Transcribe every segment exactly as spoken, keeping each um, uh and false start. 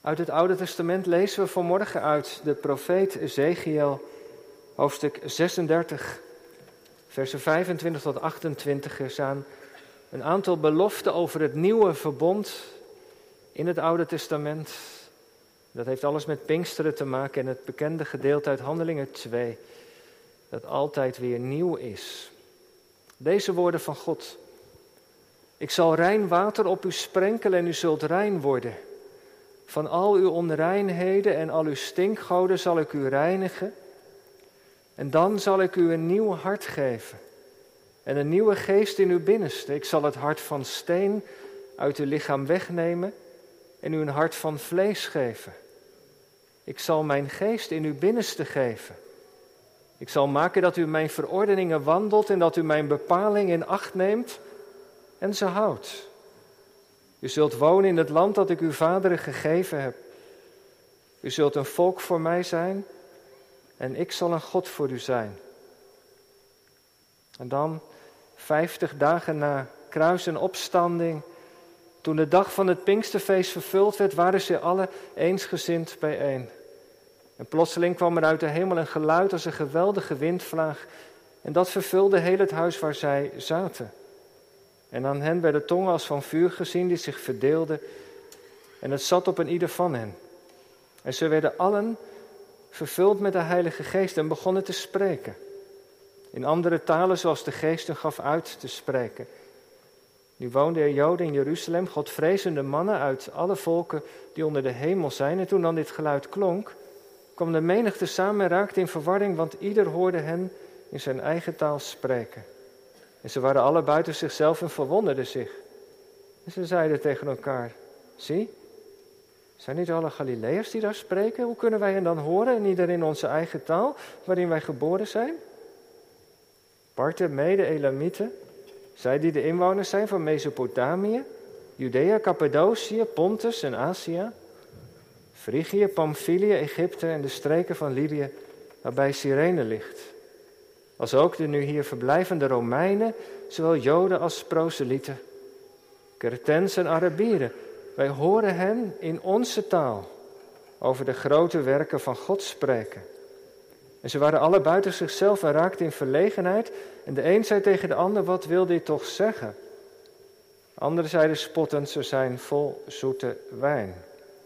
Uit het Oude Testament lezen we vanmorgen uit de profeet Ezechiël, hoofdstuk zesendertig, versen vijfentwintig tot achtentwintig. Er staan een aantal beloften over het nieuwe verbond in het Oude Testament. Dat heeft alles met Pinksteren te maken en het bekende gedeelte uit Handelingen twee, dat altijd weer nieuw is. Deze woorden van God: ik zal rein water op u sprenkelen en u zult rein worden. Van al uw onreinheden en al uw stinkgoden zal ik u reinigen. En dan zal ik u een nieuw hart geven. En een nieuwe geest in uw binnenste. Ik zal het hart van steen uit uw lichaam wegnemen en u een hart van vlees geven. Ik zal mijn geest in uw binnenste geven. Ik zal maken dat u mijn verordeningen wandelt en dat u mijn bepaling in acht neemt en ze houdt. U zult wonen in het land dat ik uw vaderen gegeven heb. U zult een volk voor mij zijn en ik zal een God voor u zijn. En dan, vijftig dagen na kruis en opstanding, toen de dag van het Pinksterfeest vervuld werd, waren ze alle eensgezind bijeen. En plotseling kwam er uit de hemel een geluid als een geweldige windvlaag. En dat vervulde heel het huis waar zij zaten. En aan hen werden tongen als van vuur gezien die zich verdeelden. En het zat op een ieder van hen. En ze werden allen vervuld met de Heilige Geest en begonnen te spreken. In andere talen zoals de Geest hen gaf uit te spreken. Nu woonden er Joden in Jeruzalem, godvrezende mannen uit alle volken die onder de hemel zijn. En toen dan dit geluid klonk, kwam de menigte samen en raakte in verwarring, want ieder hoorde hen in zijn eigen taal spreken. En ze waren alle buiten zichzelf en verwonderden zich. En ze zeiden tegen elkaar: zie, zijn niet alle Galileërs die daar spreken? Hoe kunnen wij hen dan horen en ieder in onze eigen taal, waarin wij geboren zijn? Parten, Mede, Elamieten, zij die de inwoners zijn van Mesopotamië, Judea, Cappadocië, Pontus en Azië, Frigië, Pamphylië, Egypte en de streken van Libië, waarbij Cyrene ligt. Als ook de nu hier verblijvende Romeinen, zowel Joden als proselieten, Cretens en Arabieren. Wij horen hen in onze taal over de grote werken van God spreken. En ze waren alle buiten zichzelf en raakten in verlegenheid. En de een zei tegen de ander: wat wil dit toch zeggen? Anderen zeiden spottend: ze zijn vol zoete wijn.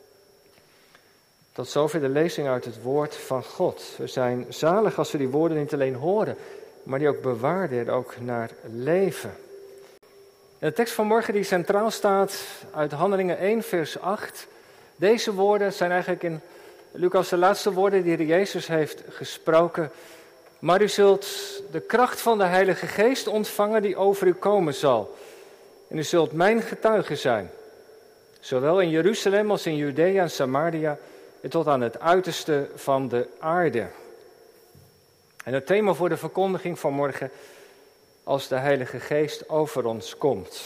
Tot zover de lezing uit het woord van God. We zijn zalig als we die woorden niet alleen horen, maar die ook bewaarden en ook naar leven. En de tekst van morgen die centraal staat uit Handelingen één vers acht. Deze woorden zijn eigenlijk in Lucas de laatste woorden die de Jezus heeft gesproken. Maar u zult de kracht van de Heilige Geest ontvangen die over u komen zal. En u zult mijn getuige zijn. Zowel in Jeruzalem als in Judea en Samaria en tot aan het uiterste van de aarde. En het thema voor de verkondiging van morgen: als de Heilige Geest over ons komt.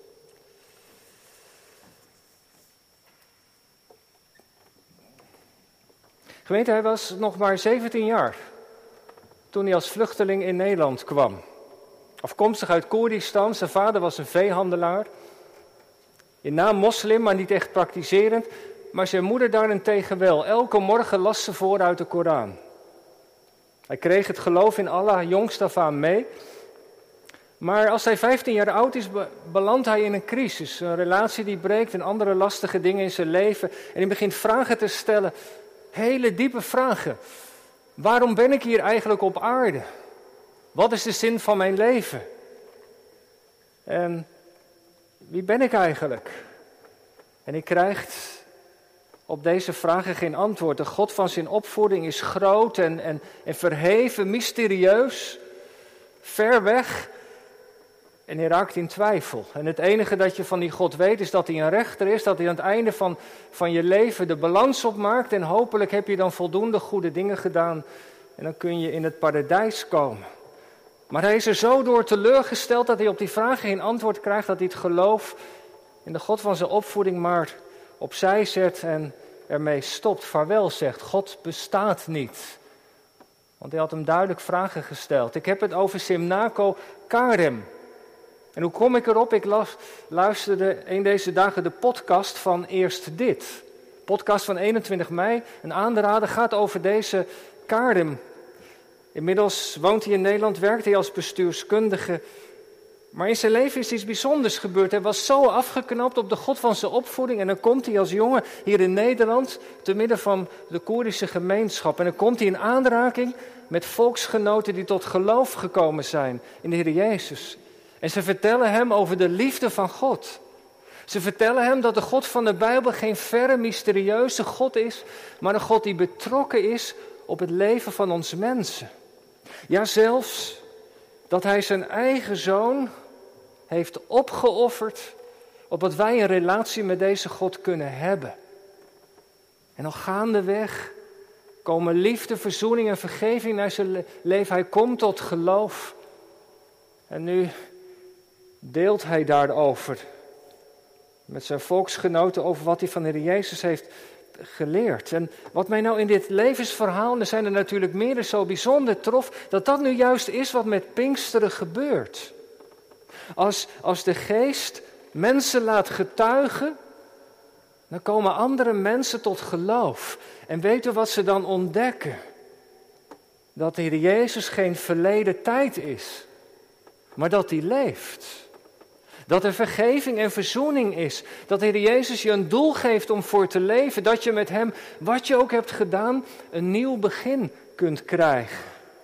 Gemeente, hij was nog maar zeventien jaar toen hij als vluchteling in Nederland kwam. Afkomstig uit Koerdistan, zijn vader was een veehandelaar. In naam moslim, maar niet echt praktiserend. Maar zijn moeder daarentegen wel. Elke morgen las ze voor uit de Koran. Hij kreeg het geloof in Allah jongst af aan mee. Maar als hij vijftien jaar oud is, belandt hij in een crisis. Een relatie die breekt en andere lastige dingen in zijn leven. En hij begint vragen te stellen. Hele diepe vragen. Waarom ben ik hier eigenlijk op aarde? Wat is de zin van mijn leven? En wie ben ik eigenlijk? En hij krijgt op deze vragen geen antwoord. De God van zijn opvoeding is groot en, en, en verheven, mysterieus, ver weg. En hij raakt in twijfel. En het enige dat je van die God weet is dat hij een rechter is. Dat hij aan het einde van, van je leven de balans opmaakt. En hopelijk heb je dan voldoende goede dingen gedaan. En dan kun je in het paradijs komen. Maar hij is er zo door teleurgesteld dat hij op die vragen geen antwoord krijgt. Dat hij het geloof in de God van zijn opvoeding maar opzij zet en ermee stopt. Vaarwel zegt, God bestaat niet. Want hij had hem duidelijk vragen gesteld. Ik heb het over Simnako Karem. En hoe kom ik erop? Ik las, luisterde een deze dagen de podcast van Eerst Dit. podcast van eenentwintig mei, een aanrader, gaat over deze Karim. Inmiddels woont hij in Nederland, werkt hij als bestuurskundige. Maar in zijn leven is iets bijzonders gebeurd. Hij was zo afgeknapt op de God van zijn opvoeding. En dan komt hij als jongen hier in Nederland, te midden van de Koerdische gemeenschap. En dan komt hij in aanraking met volksgenoten die tot geloof gekomen zijn in de Heer Jezus. En ze vertellen hem over de liefde van God. Ze vertellen hem dat de God van de Bijbel geen verre, mysterieuze God is, maar een God die betrokken is op het leven van ons mensen. Ja, zelfs dat hij zijn eigen zoon heeft opgeofferd, opdat wij een relatie met deze God kunnen hebben. En al gaandeweg komen liefde, verzoening en vergeving naar zijn leven. Hij komt tot geloof. En nu deelt hij daarover met zijn volksgenoten over wat hij van de Heer Jezus heeft geleerd. En wat mij nou in dit levensverhaal, en er zijn er natuurlijk meerdere, zo bijzonder trof, dat dat nu juist is wat met Pinksteren gebeurt. Als, als de geest mensen laat getuigen, dan komen andere mensen tot geloof. En weet u wat ze dan ontdekken? Dat de Heer Jezus geen verleden tijd is, maar dat hij leeft. Dat er vergeving en verzoening is. Dat de Heer Jezus je een doel geeft om voor te leven. Dat je met hem, wat je ook hebt gedaan, een nieuw begin kunt krijgen.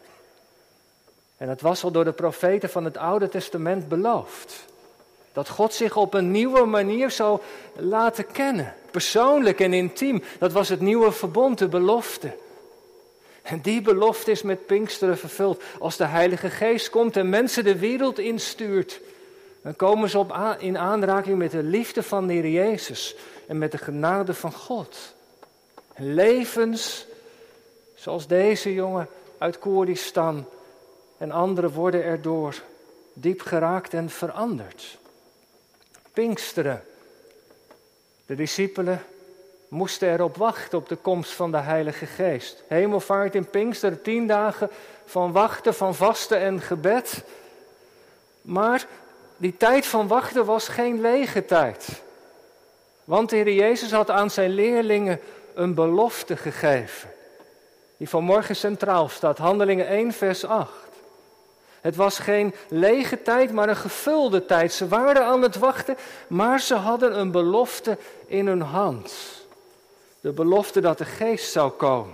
En het was al door de profeten van het Oude Testament beloofd. Dat God zich op een nieuwe manier zou laten kennen. Persoonlijk en intiem. Dat was het nieuwe verbond, de belofte. En die belofte is met Pinksteren vervuld. Als de Heilige Geest komt en mensen de wereld instuurt, dan komen ze op in aanraking met de liefde van de Heer Jezus en met de genade van God. En levens zoals deze jongen uit Koerdistan en anderen worden erdoor diep geraakt en veranderd. Pinksteren. De discipelen moesten erop wachten op de komst van de Heilige Geest. Hemelvaart in Pinksteren, tien dagen van wachten, van vasten en gebed. Maar die tijd van wachten was geen lege tijd. Want de Heer Jezus had aan zijn leerlingen een belofte gegeven. Die vanmorgen centraal staat, Handelingen één vers acht. Het was geen lege tijd, maar een gevulde tijd. Ze waren aan het wachten, maar ze hadden een belofte in hun hand. De belofte dat de Geest zou komen.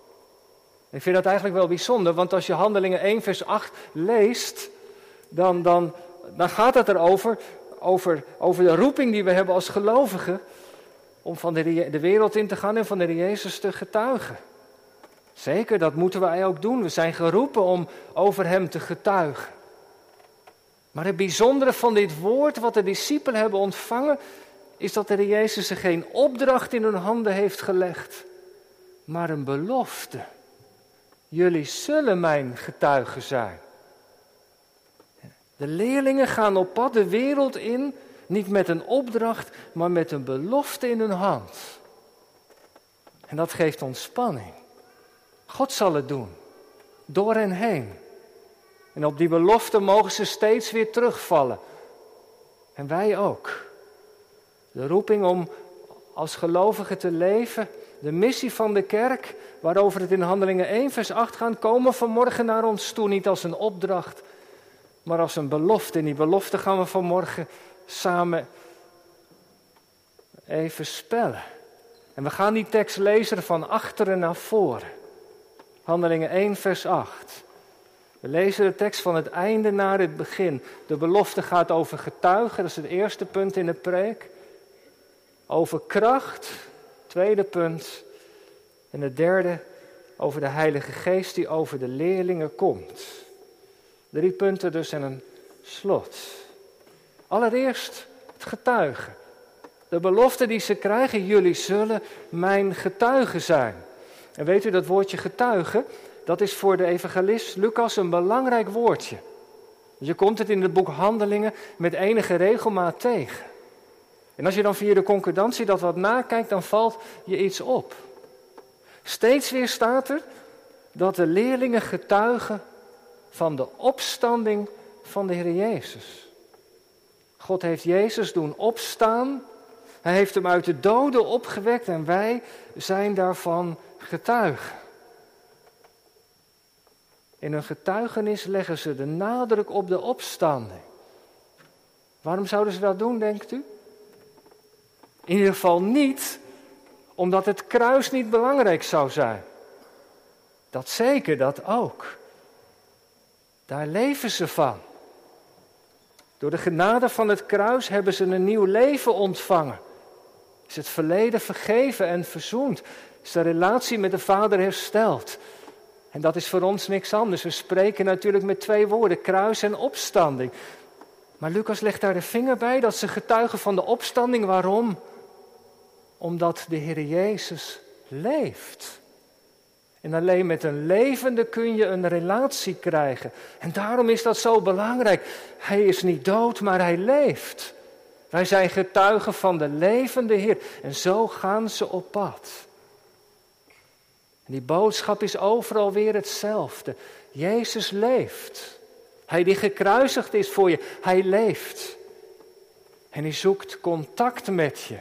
Ik vind dat eigenlijk wel bijzonder, want als je Handelingen één vers acht leest, dan, dan, dan gaat het erover, over, over de roeping die we hebben als gelovigen, om van de, de wereld in te gaan en van de Heer Jezus te getuigen. Zeker, dat moeten wij ook doen. We zijn geroepen om over hem te getuigen. Maar het bijzondere van dit woord, wat de discipelen hebben ontvangen, is dat de Heer Jezus er geen opdracht in hun handen heeft gelegd, maar een belofte. Jullie zullen mijn getuigen zijn. De leerlingen gaan op pad de wereld in, niet met een opdracht, maar met een belofte in hun hand. En dat geeft ontspanning. God zal het doen, door hen heen. En op die belofte mogen ze steeds weer terugvallen. En wij ook. De roeping om als gelovigen te leven, de missie van de kerk, waarover het in Handelingen één vers acht gaat, komen vanmorgen naar ons toe. Niet als een opdracht, maar als een belofte. En die belofte gaan we vanmorgen samen even spellen. En we gaan die tekst lezen van achteren naar voren. Handelingen één vers acht. We lezen de tekst van het einde naar het begin. De belofte gaat over getuigen, dat is het eerste punt in de preek. Over kracht, tweede punt. En het derde, over de Heilige Geest die over de leerlingen komt. Drie punten dus en een slot. Allereerst het getuigen. De belofte die ze krijgen, jullie zullen mijn getuigen zijn. En weet u, dat woordje getuigen, dat is voor de evangelist Lucas een belangrijk woordje. Je komt het in het boek Handelingen met enige regelmaat tegen. En als je dan via de concordantie dat wat nakijkt, dan valt je iets op. Steeds weer staat er dat de leerlingen getuigen van de opstanding van de Heer Jezus. God heeft Jezus doen opstaan Hij heeft hem uit de doden opgewekt en wij zijn daarvan getuigen. In hun getuigenis leggen ze de nadruk op de opstanding. Waarom zouden ze dat doen, denkt u? In ieder geval niet omdat het kruis niet belangrijk zou zijn. Dat zeker, dat ook. Daar leven ze van. Door de genade van het kruis hebben ze een nieuw leven ontvangen. Is het verleden vergeven en verzoend. Is de relatie met de Vader hersteld. En dat is voor ons niks anders. We spreken natuurlijk met twee woorden, kruis en opstanding. Maar Lucas legt daar de vinger bij dat ze getuigen van de opstanding. Waarom? Omdat de Heer Jezus leeft. En alleen met een levende kun je een relatie krijgen. En daarom is dat zo belangrijk. Hij is niet dood, maar hij leeft. Wij zijn getuigen van de levende Heer. En zo gaan ze op pad. En die boodschap is overal weer hetzelfde. Jezus leeft. Hij die gekruisigd is voor je, hij leeft. En hij zoekt contact met je.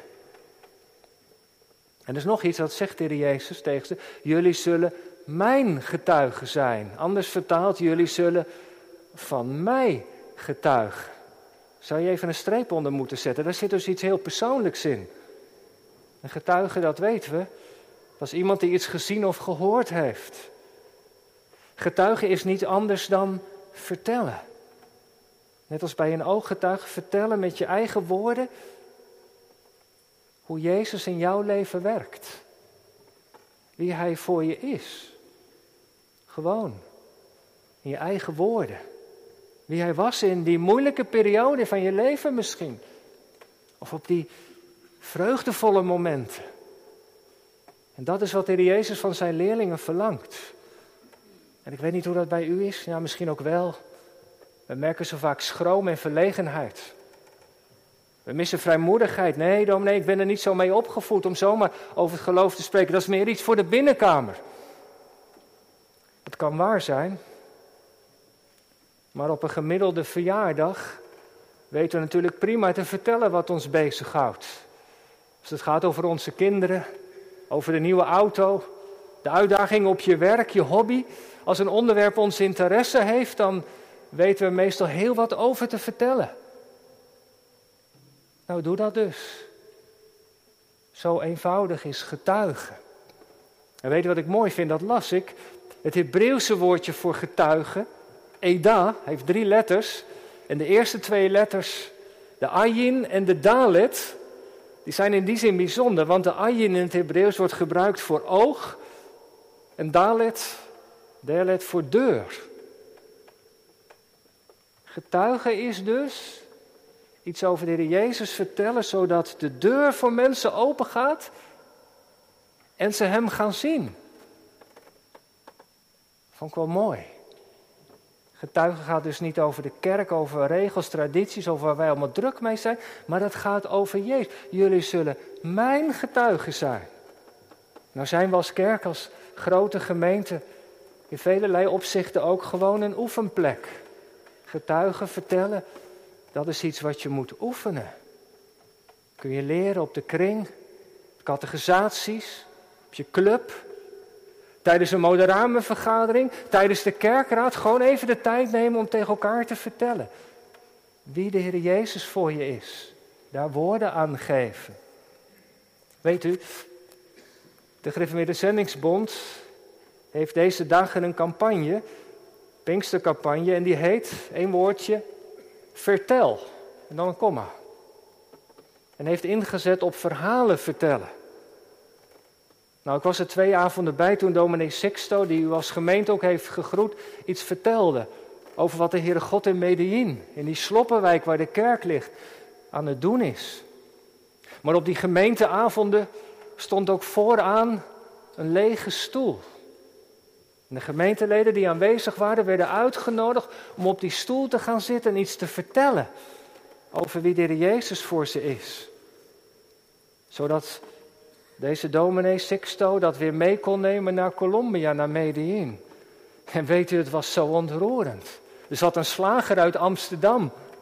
En er is nog iets, dat zegt de Heer Jezus tegen ze. Jullie zullen mijn getuigen zijn. Anders vertaald, jullie zullen van mij getuigen. Zou je even een streep onder moeten zetten? Daar zit dus iets heel persoonlijks in. Een getuige, dat weten we, dat is iemand die iets gezien of gehoord heeft. Getuigen is niet anders dan vertellen. Net als bij een ooggetuige, vertellen met je eigen woorden hoe Jezus in jouw leven werkt. Wie hij voor je is. Gewoon. In je eigen woorden. Wie hij was in die moeilijke periode van je leven misschien. Of op die vreugdevolle momenten. En dat is wat de Heer Jezus van zijn leerlingen verlangt. En ik weet niet hoe dat bij u is. Ja, misschien ook wel. We merken zo vaak schroom en verlegenheid. We missen vrijmoedigheid. Nee, dominee, ik ben er niet zo mee opgevoed om zomaar over het geloof te spreken. Dat is meer iets voor de binnenkamer. Het kan waar zijn. Maar op een gemiddelde verjaardag weten we natuurlijk prima te vertellen wat ons bezighoudt. Als het gaat over onze kinderen, over de nieuwe auto, de uitdaging op je werk, je hobby. Als een onderwerp ons interesse heeft, dan weten we meestal heel wat over te vertellen. Nou, doe dat dus. Zo eenvoudig is getuigen. En weet je wat ik mooi vind? Dat las ik. Het Hebreeuwse woordje voor getuigen, Eda, heeft drie letters. En de eerste twee letters, de ayin en de dalet, die zijn in die zin bijzonder. Want de ayin in het Hebreeuws wordt gebruikt voor oog. En dalet, dalet voor deur. Getuigen is dus iets over de Heer Jezus vertellen, zodat de deur voor mensen open gaat en ze hem gaan zien. Vond ik wel mooi. Getuigen gaat dus niet over de kerk, over regels, tradities, over waar wij allemaal druk mee zijn, maar het gaat over Jezus. Jullie zullen mijn getuigen zijn. Nou zijn we als kerk, als grote gemeente, in velelei opzichten ook gewoon een oefenplek. Getuigen, vertellen, dat is iets wat je moet oefenen. Kun je leren op de kring, catechisaties, op je club, tijdens een moderamenvergadering, tijdens de kerkraad, gewoon even de tijd nemen om tegen elkaar te vertellen wie de Heer Jezus voor je is. Daar woorden aan geven. Weet u, de Gereformeerde Zendingsbond heeft deze dagen een campagne, Pinkstercampagne, en die heet, één woordje, vertel. En dan een komma. En heeft ingezet op verhalen vertellen. Nou, ik was er twee avonden bij toen dominee Sixto, die u als gemeente ook heeft gegroet, iets vertelde over wat de Heere God in Medellin, in die sloppenwijk waar de kerk ligt, aan het doen is. Maar op die gemeenteavonden stond ook vooraan een lege stoel. En de gemeenteleden die aanwezig waren, werden uitgenodigd om op die stoel te gaan zitten en iets te vertellen over wie de Heer Jezus voor ze is. Zodat deze dominee Sixto dat weer mee kon nemen naar Colombia, naar Medellin. En weet u, het was zo ontroerend. Er zat een slager uit Amsterdam.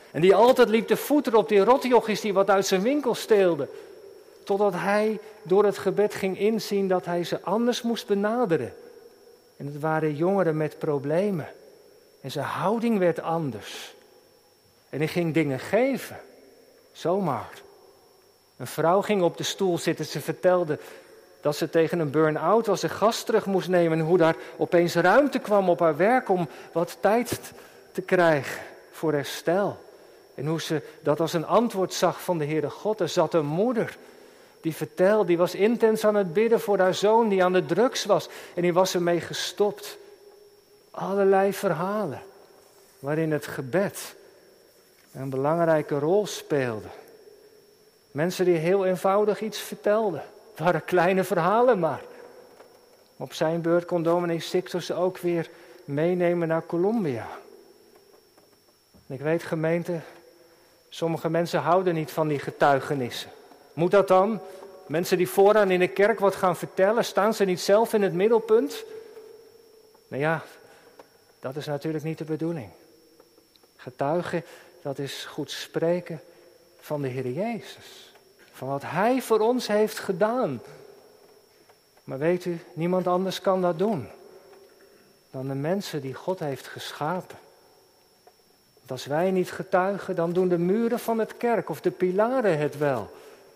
En die altijd liep te voeteren op die rotjochies die wat uit zijn winkel steelden. Totdat hij door het gebed ging inzien dat hij ze anders moest benaderen. En het waren jongeren met problemen. En zijn houding werd anders. En hij ging dingen geven. Zomaar. Een vrouw ging op de stoel zitten. Ze vertelde dat ze tegen een burn-out was, een gast terug moest nemen. En hoe daar opeens ruimte kwam op haar werk om wat tijd te krijgen voor herstel. En hoe ze dat als een antwoord zag van de Heere God. Er zat een moeder die vertelde, die was intens aan het bidden voor haar zoon die aan de drugs was. En die was ermee gestopt. Allerlei verhalen waarin het gebed een belangrijke rol speelde. Mensen die heel eenvoudig iets vertelden. Het waren kleine verhalen maar. Op zijn beurt kon dominee Sixtus ze ook weer meenemen naar Colombia. En ik weet gemeente, sommige mensen houden niet van die getuigenissen. Moet dat dan? Mensen die vooraan in de kerk wat gaan vertellen, staan ze niet zelf in het middelpunt? Nou ja, dat is natuurlijk niet de bedoeling. Getuigen, dat is goed spreken van de Heer Jezus. Van wat Hij voor ons heeft gedaan. Maar weet u, niemand anders kan dat doen dan de mensen die God heeft geschapen. Want als wij niet getuigen, dan doen de muren van het kerk of de pilaren het wel.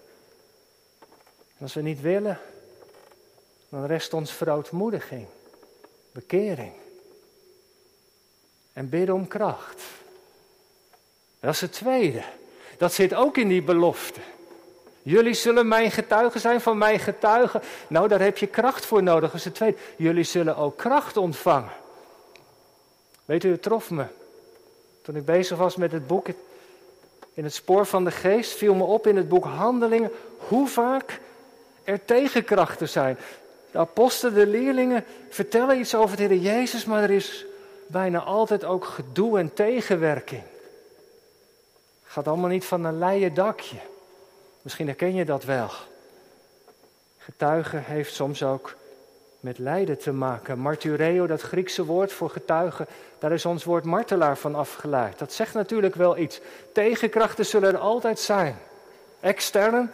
En als we niet willen, dan rest ons verootmoediging, bekering en bidden om kracht. En dat is het tweede. Dat zit ook in die belofte. Jullie zullen mijn getuigen zijn van mijn getuigen. Nou, daar heb je kracht voor nodig. Dat is het tweede. Jullie zullen ook kracht ontvangen. Weet u, het trof me. Toen ik bezig was met het boek In het spoor van de geest, viel me op in het boek Handelingen hoe vaak er tegenkrachten zijn. De apostelen, de leerlingen vertellen iets over de Heer Jezus, maar er is bijna altijd ook gedoe en tegenwerking. Het gaat allemaal niet van een leien dakje. Misschien herken je dat wel. Getuigen heeft soms ook met lijden te maken. Martyreo, dat Griekse woord voor getuigen, daar is ons woord martelaar van afgeleid. Dat zegt natuurlijk wel iets. Tegenkrachten zullen er altijd zijn. Extern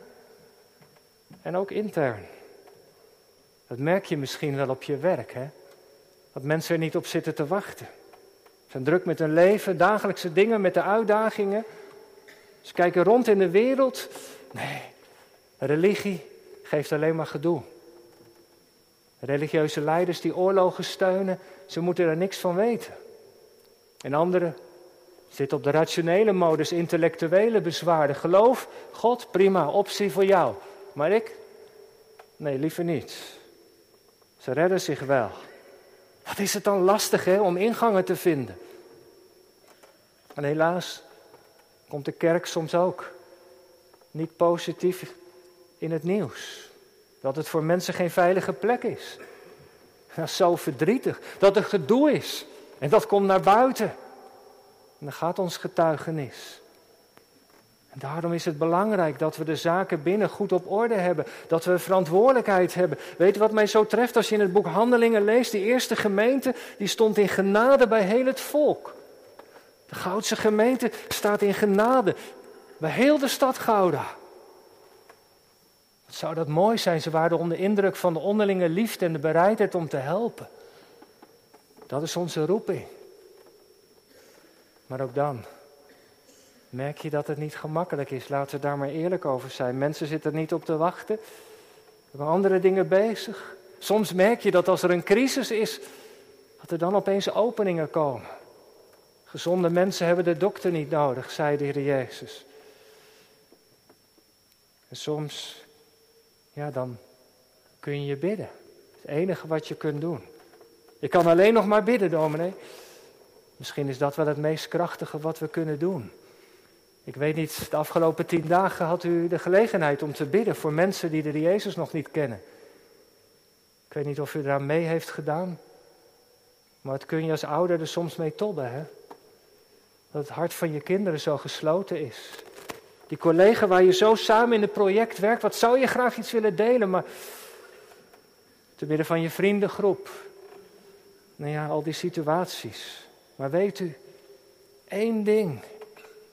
en ook intern. Dat merk je misschien wel op je werk, hè? Dat mensen er niet op zitten te wachten. Ze zijn druk met hun leven, dagelijkse dingen, met de uitdagingen. Ze kijken rond in de wereld. Nee, religie geeft alleen maar gedoe. Religieuze leiders die oorlogen steunen, ze moeten er niks van weten. En anderen zitten op de rationele modus, intellectuele bezwaarden. Geloof, God, prima, optie voor jou. Maar ik? Nee, liever niet. Ze redden zich wel. Wat is het dan lastig, hè, om ingangen te vinden? En helaas komt de kerk soms ook niet positief in het nieuws. Dat het voor mensen geen veilige plek is. Dat is zo verdrietig. Dat er gedoe is. En dat komt naar buiten. En dan gaat ons getuigenis. En daarom is het belangrijk dat we de zaken binnen goed op orde hebben. Dat we verantwoordelijkheid hebben. Weet je wat mij zo treft als je in het boek Handelingen leest? Die eerste gemeente die stond in genade bij heel het volk. De Goudse gemeente staat in genade bij heel de stad Gouda. Wat zou dat mooi zijn? Ze waren onder indruk van de onderlinge liefde en de bereidheid om te helpen. Dat is onze roeping. Maar ook dan merk je dat het niet gemakkelijk is. Laten we daar maar eerlijk over zijn. Mensen zitten er niet op te wachten. We hebben andere dingen bezig. Soms merk je dat als er een crisis is, dat er dan opeens openingen komen. Gezonde mensen hebben de dokter niet nodig, zei de Heer Jezus. En soms, ja, dan kun je je bidden. Het enige wat je kunt doen. Je kan alleen nog maar bidden, dominee. Misschien is dat wel het meest krachtige wat we kunnen doen. Ik weet niet, de afgelopen tien dagen had u de gelegenheid om te bidden voor mensen die de Heer Jezus nog niet kennen. Ik weet niet of u daar mee heeft gedaan. Maar het kun je als ouder er soms mee tobben, hè. Dat het hart van je kinderen zo gesloten is. Die collega waar je zo samen in het project werkt, wat zou je graag iets willen delen, maar te midden van je vriendengroep. Nou ja, al die situaties. Maar weet u, één ding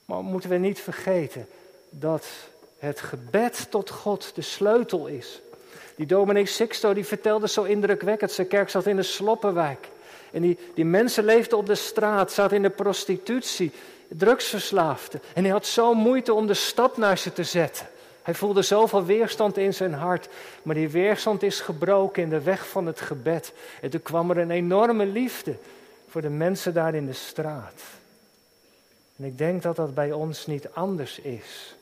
Maar moeten we niet vergeten dat het gebed tot God de sleutel is. Die dominee Sixto die vertelde zo indrukwekkend. Zijn kerk zat in de Sloppenwijk. En die, die mensen leefden op de straat, zaten in de prostitutie, drugsverslaafden. En hij had zo moeite om de stap naar ze te zetten. Hij voelde zoveel weerstand in zijn hart. Maar die weerstand is gebroken in de weg van het gebed. En toen kwam er een enorme liefde voor de mensen daar in de straat. En ik denk dat dat bij ons niet anders is.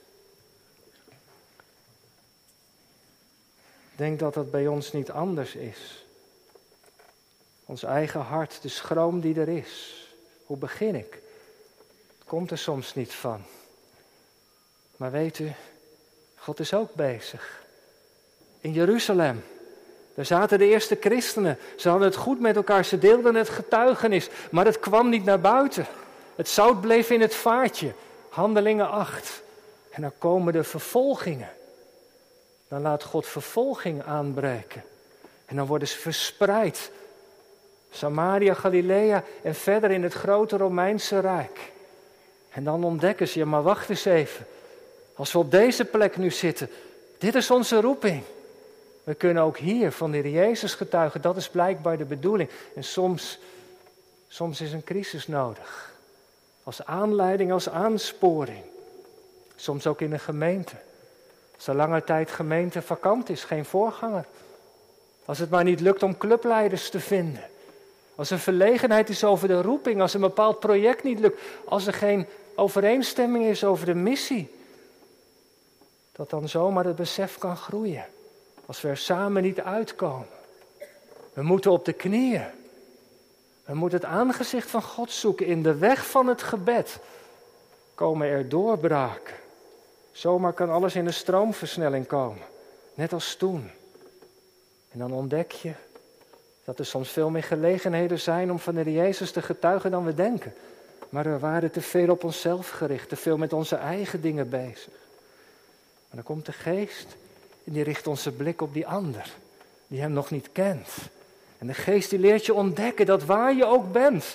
Ik denk dat dat bij ons niet anders is. Ons eigen hart, de schroom die er is. Hoe begin ik? Het komt er soms niet van. Maar weet u, God is ook bezig. In Jeruzalem, daar zaten de eerste christenen. Ze hadden het goed met elkaar, ze deelden het getuigenis. Maar het kwam niet naar buiten. Het zout bleef in het vaatje. Handelingen acht. En dan komen de vervolgingen. Dan laat God vervolging aanbreken. En dan worden ze verspreid. Samaria, Galilea en verder in het grote Romeinse Rijk. En dan ontdekken ze, ja maar wacht eens even. Als we op deze plek nu zitten, dit is onze roeping. We kunnen ook hier van de Heer Jezus getuigen, dat is blijkbaar de bedoeling. En soms, soms is een crisis nodig. Als aanleiding, als aansporing. Soms ook in een gemeente. Als er lange tijd gemeente vakant is, geen voorganger. Als het maar niet lukt om clubleiders te vinden. Als er verlegenheid is over de roeping, als een bepaald project niet lukt. Als er geen overeenstemming is over de missie. Dat dan zomaar het besef kan groeien. Als we er samen niet uitkomen. We moeten op de knieën. We moeten het aangezicht van God zoeken. In de weg van het gebed komen er doorbraken. Zomaar kan alles in een stroomversnelling komen. Net als toen. En dan ontdek je dat er soms veel meer gelegenheden zijn om van de Heer Jezus te getuigen dan we denken. Maar we waren te veel op onszelf gericht, te veel met onze eigen dingen bezig. Maar dan komt de Geest en die richt onze blik op die ander, die hem nog niet kent. En de Geest die leert je ontdekken dat waar je ook bent,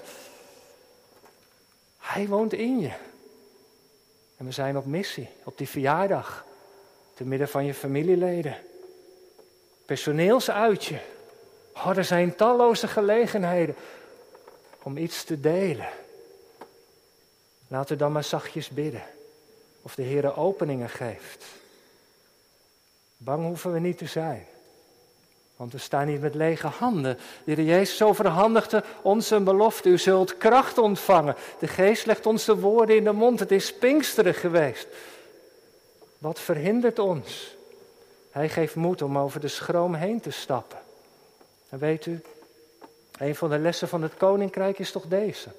Hij woont in je. En we zijn op missie, op die verjaardag, te midden van je familieleden. Personeelsuitje. Oh, er zijn talloze gelegenheden om iets te delen. Laten we dan maar zachtjes bidden. Of de Heer openingen geeft. Bang hoeven we niet te zijn. Want we staan niet met lege handen. De Heer Jezus overhandigde ons een belofte. U zult kracht ontvangen. De Geest legt ons de woorden in de mond. Het is Pinksteren geweest. Wat verhindert ons? Hij geeft moed om over de schroom heen te stappen. En weet u, een van de lessen van het Koninkrijk is toch deze.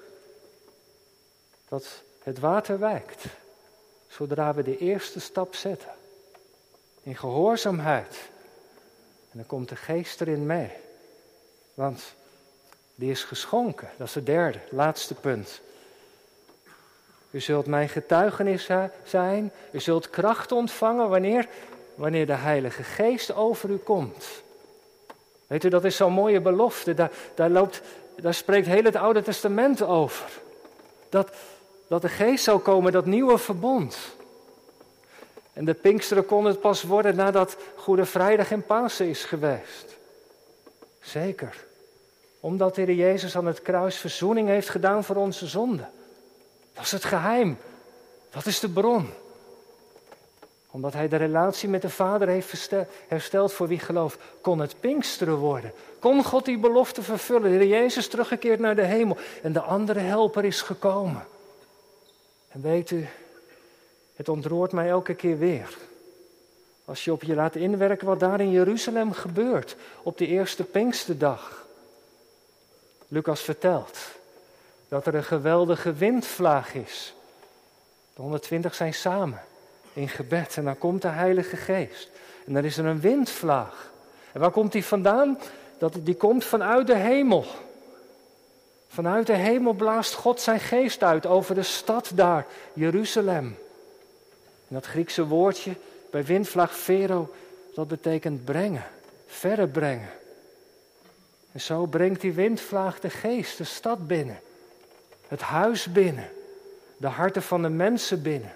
Dat het water wijkt. Zodra we de eerste stap zetten. In gehoorzaamheid. En dan komt de Geest erin mee. Want die is geschonken. Dat is het derde, laatste punt. U zult mijn getuigenis zijn. U zult kracht ontvangen wanneer, wanneer de Heilige Geest over u komt. Weet u, dat is zo'n mooie belofte. Daar, daar, loopt, daar spreekt heel het Oude Testament over. Dat, dat de Geest zou komen, dat nieuwe verbond. En de Pinksteren kon het pas worden nadat Goede Vrijdag en Pasen is geweest. Zeker. Omdat de Heer Jezus aan het kruis verzoening heeft gedaan voor onze zonden. Dat is het geheim. Dat is de bron. Omdat hij de relatie met de Vader heeft hersteld voor wie gelooft, kon het Pinksteren worden. Kon God die belofte vervullen. De Heer Jezus teruggekeerd naar de hemel. En de andere helper is gekomen. En weet u, het ontroert mij elke keer weer. Als je op je laat inwerken wat daar in Jeruzalem gebeurt. Op de eerste Pinksterdag. Lucas vertelt dat er een geweldige windvlaag is. De honderdtwintig zijn samen in gebed. En dan komt de Heilige Geest. En dan is er een windvlaag. En waar komt die vandaan? Dat, die komt vanuit de hemel. Vanuit de hemel blaast God zijn geest uit over de stad daar, Jeruzalem. En dat Griekse woordje bij windvlaag vero, dat betekent brengen, verre brengen. En zo brengt die windvlaag de geest de stad binnen, het huis binnen. de harten van de mensen binnen.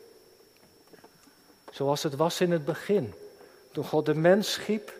Zoals het was in het begin, toen God de mens schiep.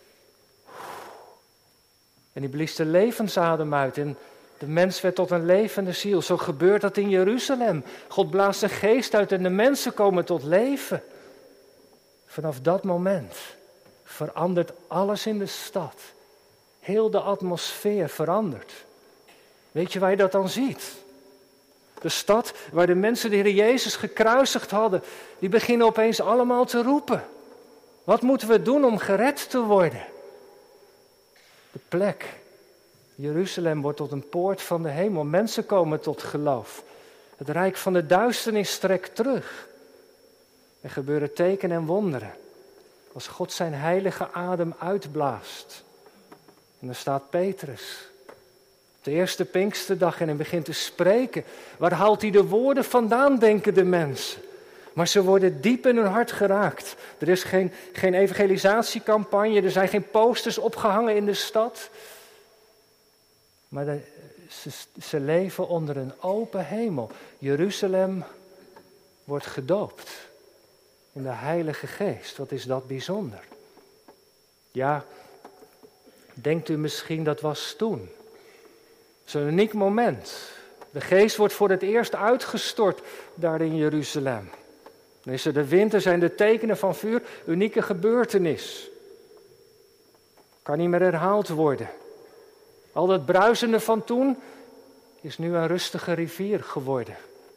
En die blies de levensadem uit en de mens werd tot een levende ziel. Zo gebeurt dat in Jeruzalem. God blaast de geest uit en de mensen komen tot leven. Vanaf dat moment verandert alles in de stad. Heel de atmosfeer verandert. Weet je waar je dat dan ziet? De stad waar de mensen de Heer Jezus gekruisigd hadden, die beginnen opeens allemaal te roepen. Wat moeten we doen om gered te worden? De plek, Jeruzalem, wordt tot een poort van de hemel. Mensen komen tot geloof. Het rijk van de duisternis trekt terug. Er gebeuren tekenen en wonderen. Als God zijn heilige adem uitblaast. En dan staat Petrus op de eerste Pinksterdag en hij begint te spreken. Waar haalt hij de woorden vandaan, denken de mensen. Maar ze worden diep in hun hart geraakt. Er is geen, geen evangelisatiecampagne, er zijn geen posters opgehangen in de stad. Maar de, ze, ze leven onder een open hemel. Jeruzalem wordt gedoopt in de Heilige Geest. Wat is dat bijzonder? Ja, denkt u misschien dat was toen. Zo'n uniek moment. De Geest wordt voor het eerst uitgestort daar in Jeruzalem. Dan is er de wind, er zijn de tekenen van vuur, unieke gebeurtenis. Kan niet meer herhaald worden. Al dat bruisende van toen is nu een rustige rivier geworden.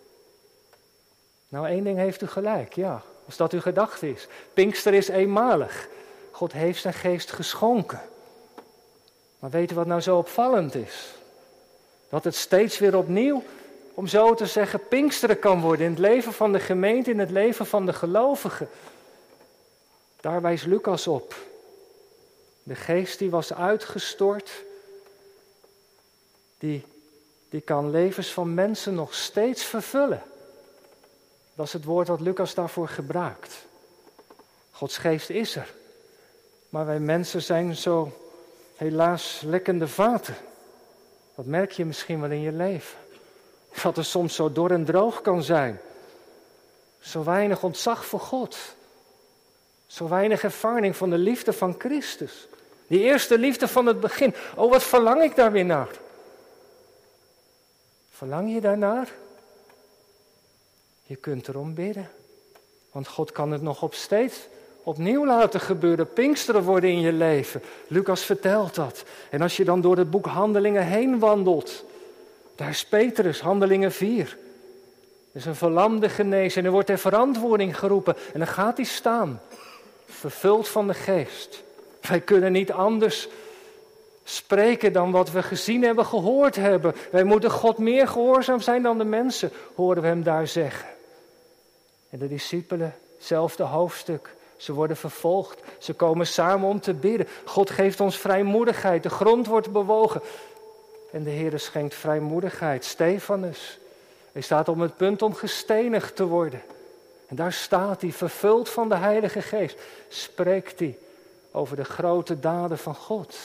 Nou, één ding heeft u gelijk, ja, als dat uw gedachte is. Pinkster is eenmalig. God heeft zijn geest geschonken. Maar weet u wat nou zo opvallend is? Dat het steeds weer opnieuw, om zo te zeggen, Pinksteren kan worden in het leven van de gemeente, in het leven van de gelovigen. Daar wijst Lucas op. De geest die was uitgestort, die, die kan levens van mensen nog steeds vervullen. Dat is het woord wat Lucas daarvoor gebruikt. Gods geest is er. Maar wij mensen zijn zo helaas lekkende vaten. Dat merk je misschien wel in je leven. Dat er soms zo dor en droog kan zijn. Zo weinig ontzag voor God. Zo weinig ervaring van de liefde van Christus. Die eerste liefde van het begin. Oh, wat verlang ik daar weer naar? Verlang je daarnaar? Je kunt erom bidden. Want God kan het nog op steeds opnieuw laten gebeuren. Pinksteren worden in je leven. Lucas vertelt dat. En als je dan door het boek Handelingen heen wandelt. Daar is Petrus, Handelingen vier. Er is een verlamde genezen en er wordt ter verantwoording geroepen. En dan gaat hij staan. Vervuld van de geest. Wij kunnen niet anders spreken dan wat we gezien hebben, gehoord hebben. Wij moeten God meer gehoorzaam zijn dan de mensen, horen we hem daar zeggen. En de discipelen, hetzelfde hoofdstuk. Ze worden vervolgd. Ze komen samen om te bidden. God geeft ons vrijmoedigheid. De grond wordt bewogen. En de Heer schenkt vrijmoedigheid. Stefanus. Hij staat op het punt om gestenigd te worden. En daar staat hij, vervuld van de Heilige Geest. Spreekt hij over de grote daden van God.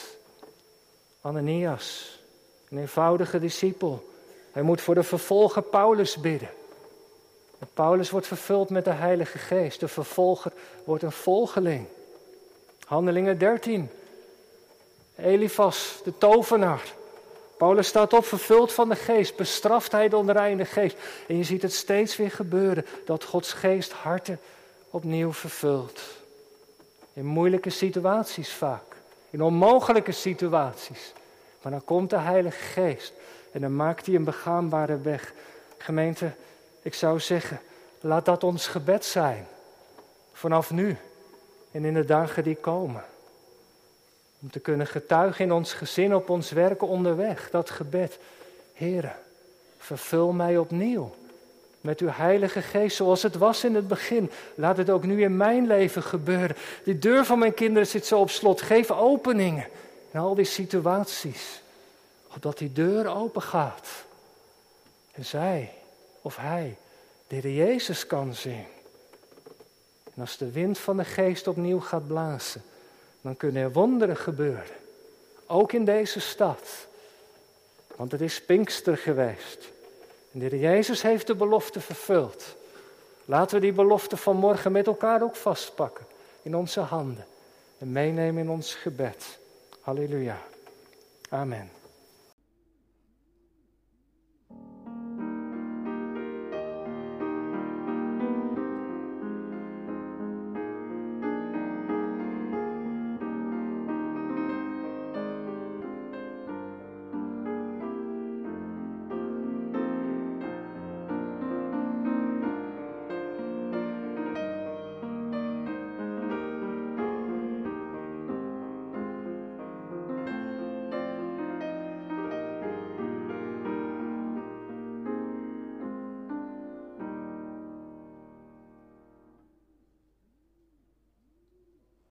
Ananias, een eenvoudige discipel. Hij moet voor de vervolger Paulus bidden. En Paulus wordt vervuld met de Heilige Geest. De vervolger wordt een volgeling. Handelingen dertien. Elifas, de tovenaar. Paulus staat op, vervuld van de geest, bestraft hij de onreine geest. En je ziet het steeds weer gebeuren, dat Gods geest harten opnieuw vervult. In moeilijke situaties vaak, in onmogelijke situaties. Maar dan komt de Heilige Geest en dan maakt hij een begaanbare weg. Gemeente, ik zou zeggen, laat dat ons gebed zijn. Vanaf nu en in de dagen die komen. Om te kunnen getuigen in ons gezin, op ons werk, onderweg. Dat gebed. Heere, vervul mij opnieuw. Met uw Heilige Geest zoals het was in het begin. Laat het ook nu in mijn leven gebeuren. Die deur van mijn kinderen zit zo op slot. Geef openingen in al die situaties. Opdat die deur open gaat. En zij of hij de Heer Jezus kan zien. En als de wind van de Geest opnieuw gaat blazen, dan kunnen er wonderen gebeuren. Ook in deze stad. Want het is Pinkster geweest. En En de Heer Jezus heeft de belofte vervuld. Laten we die belofte vanmorgen met elkaar ook vastpakken in onze handen en meenemen in ons gebed. Halleluja. Amen.